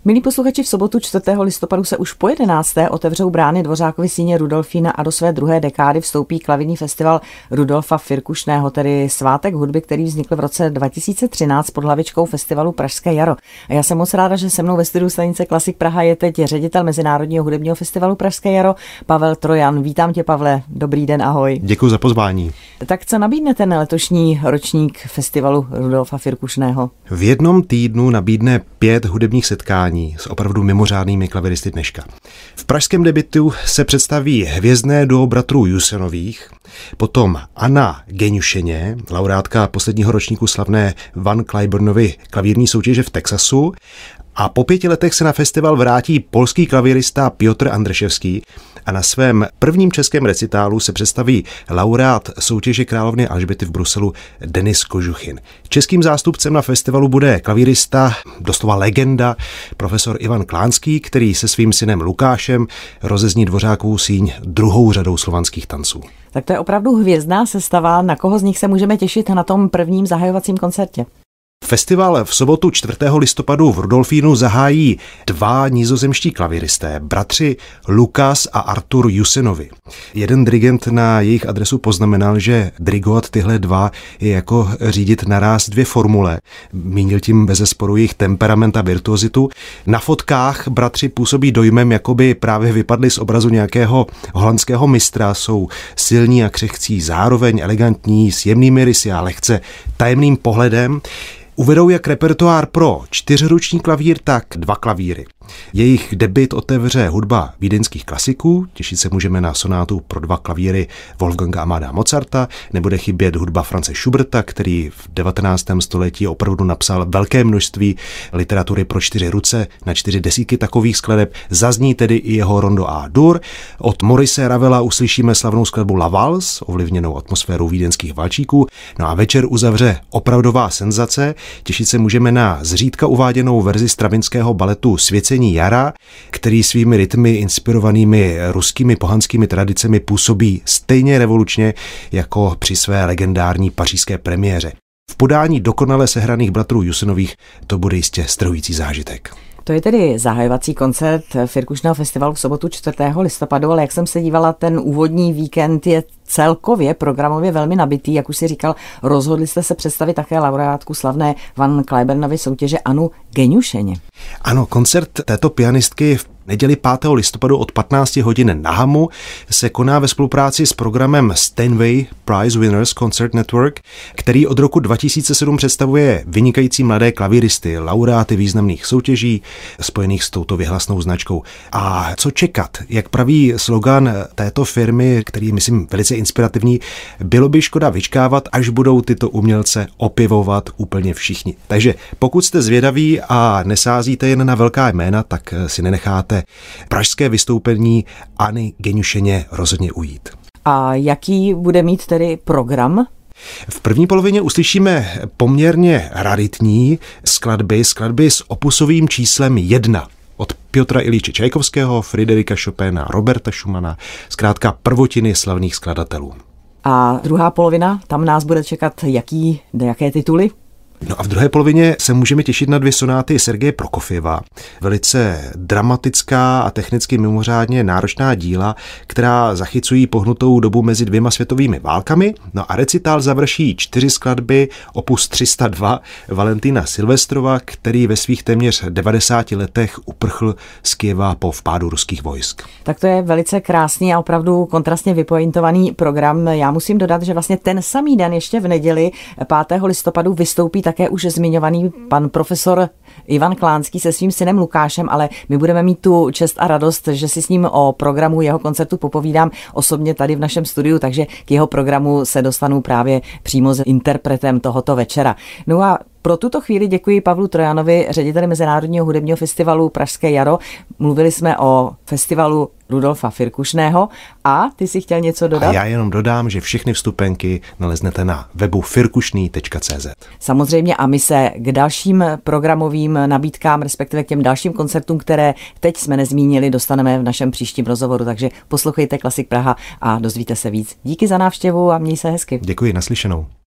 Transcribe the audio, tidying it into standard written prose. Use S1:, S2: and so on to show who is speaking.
S1: Milí posluchači, v sobotu 4. listopadu se už po 11. otevřou brány Dvořákovy síně Rudolfína a do své druhé dekády vstoupí klavirní festival Rudolfa Firkušného, tedy svátek hudby, který vznikl v roce 2013 pod hlavičkou festivalu Pražské jaro. A já jsem moc ráda, že se mnou ve studiu stanice Klasik Praha je teď ředitel Mezinárodního hudebního festivalu Pražské jaro Pavel Trojan. Vítám tě, Pavle, dobrý den, ahoj.
S2: Děkuji za pozvání.
S1: Tak co nabídne ten letošní ročník festivalu Rudolfa Firkušného?
S2: V jednom týdnu nabídne 5 hudebních setkání s opravdu mimořádnými klaviristy dneška. V pražském debutu se představí hvězdné duo bratrů Jusenových, potom Anna Genušeně, laureátka posledního ročníku slavné Van Cliburnovy klavírní soutěže v Texasu, a po 5 letech se na festival vrátí polský klavirista Piotr Andrševský a na svém prvním českém recitálu se představí laureát soutěže královny Alžběty v Bruselu Denis Kožuchin. Českým zástupcem na festivalu bude klavírista, doslova legenda, profesor Ivan Klánský, který se svým synem Lukášem rozezní Dvořákovu síň druhou řadou slovanských tanců.
S1: Tak to je opravdu hvězdná sestava. Na koho z nich se můžeme těšit na tom prvním zahajovacím koncertě?
S2: Festival v sobotu 4. listopadu v Rudolfínu zahájí 2 nizozemští klaviristé, bratři Lukas a Artur Jusenovi. Jeden dirigent na jejich adresu poznamenal, že dirigovat tyhle 2 je jako řídit naráz 2 formule. Mínil tím bezesporu jejich temperament a virtuozitu. Na fotkách bratři působí dojmem, jako by právě vypadli z obrazu nějakého holandského mistra. Jsou silní a křehcí, zároveň elegantní, s jemnými rysy a lehce tajemným pohledem. Uvedou jak repertoár pro 4ruční klavír, tak 2 klavíry. Jejich debut otevře hudba vídeňských klasiků, těšit se můžeme na sonátu pro 2 klavíry Wolfganga Amadea Mozarta, nebude chybět hudba Franze Schuberta, který v 19. století opravdu napsal velké množství literatury pro 4 ruce, na 4 desítky takových skladeb, zazní tedy i jeho Rondo A dur. Od Maurice Ravela uslyšíme slavnou skladbu La Valse, ovlivněnou atmosférou vídeňských valčíků, no a večer uzavře opravdová senzace, těšit se můžeme na zřídka uváděnou verzi stravinského baletu Svěcení jara, který svými rytmy inspirovanými ruskými pohanskými tradicemi působí stejně revolučně jako při své legendární pařížské premiéře. V podání dokonale sehraných bratrů Jusenových to bude jistě strhující zážitek.
S1: To je tedy zahajovací koncert Firkušného festivalu v sobotu 4. listopadu, ale jak jsem se dívala, ten úvodní víkend je celkově programově velmi nabitý, jak už si říkal, rozhodli jste se představit také laureátku slavné Van Cliburnovy soutěže Annu Genušeně.
S2: Ano, koncert této pianistky v neděli 5. listopadu od 15 hodin na Hamu se koná ve spolupráci s programem Steinway Prize Winners Concert Network, který od roku 2007 představuje vynikající mladé klavíristy, laureáty významných soutěží spojených s touto vyhlasnou značkou. A co čekat? Jak praví slogan této firmy, který je, myslím, velice inspirativní, bylo by škoda vyčkávat, až budou tyto umělce opěvovat úplně všichni. Takže pokud jste zvědaví a nesázíte jen na velká jména, tak si nenecháte pražské vystoupení Anny Genušeně rozhodně ujít.
S1: A jaký bude mít tedy program?
S2: V první polovině uslyšíme poměrně raritní skladby s opusovým číslem 1. Od Piotra Iljiče Čajkovského, Friderika Chopina, Roberta Schumana, zkrátka prvotiny slavných skladatelů.
S1: A druhá polovina, tam nás bude čekat jaké tituly?
S2: No a v druhé polovině se můžeme těšit na 2 sonáty Sergeje Prokofjeva. Velice dramatická a technicky mimořádně náročná díla, která zachycují pohnutou dobu mezi 2 světovými válkami. No a recitál završí 4 skladby opus 302 Valentina Silvestrova, který ve svých téměř 90 letech uprchl z Kyjeva po vpádu ruských vojsk.
S1: Tak to je velice krásný a opravdu kontrastně vypointovaný program. Já musím dodat, že vlastně ten samý den ještě v neděli 5. listopadu vystoupí také už zmiňovaný pan profesor Ivan Klánský se svým synem Lukášem, ale my budeme mít tu čest a radost, že si s ním o programu jeho koncertu popovídám osobně tady v našem studiu, takže k jeho programu se dostanu právě přímo s interpretem tohoto večera. No a pro tuto chvíli děkuji Pavlu Trojanovi, řediteli Mezinárodního hudebního festivalu Pražské jaro. Mluvili jsme o festivalu Rudolfa Firkušného a ty si chtěl něco dodat?
S2: A já jenom dodám, že všechny vstupenky naleznete na webu firkušný.cz.
S1: Samozřejmě a my se k dalším programovým nabídkám, respektive k těm dalším koncertům, které teď jsme nezmínili, dostaneme v našem příštím rozhovoru, takže poslouchejte Klasik Praha a dozvíte se víc. Díky za návštěvu a měj se hezky.
S2: Děkuji, naslyšenou.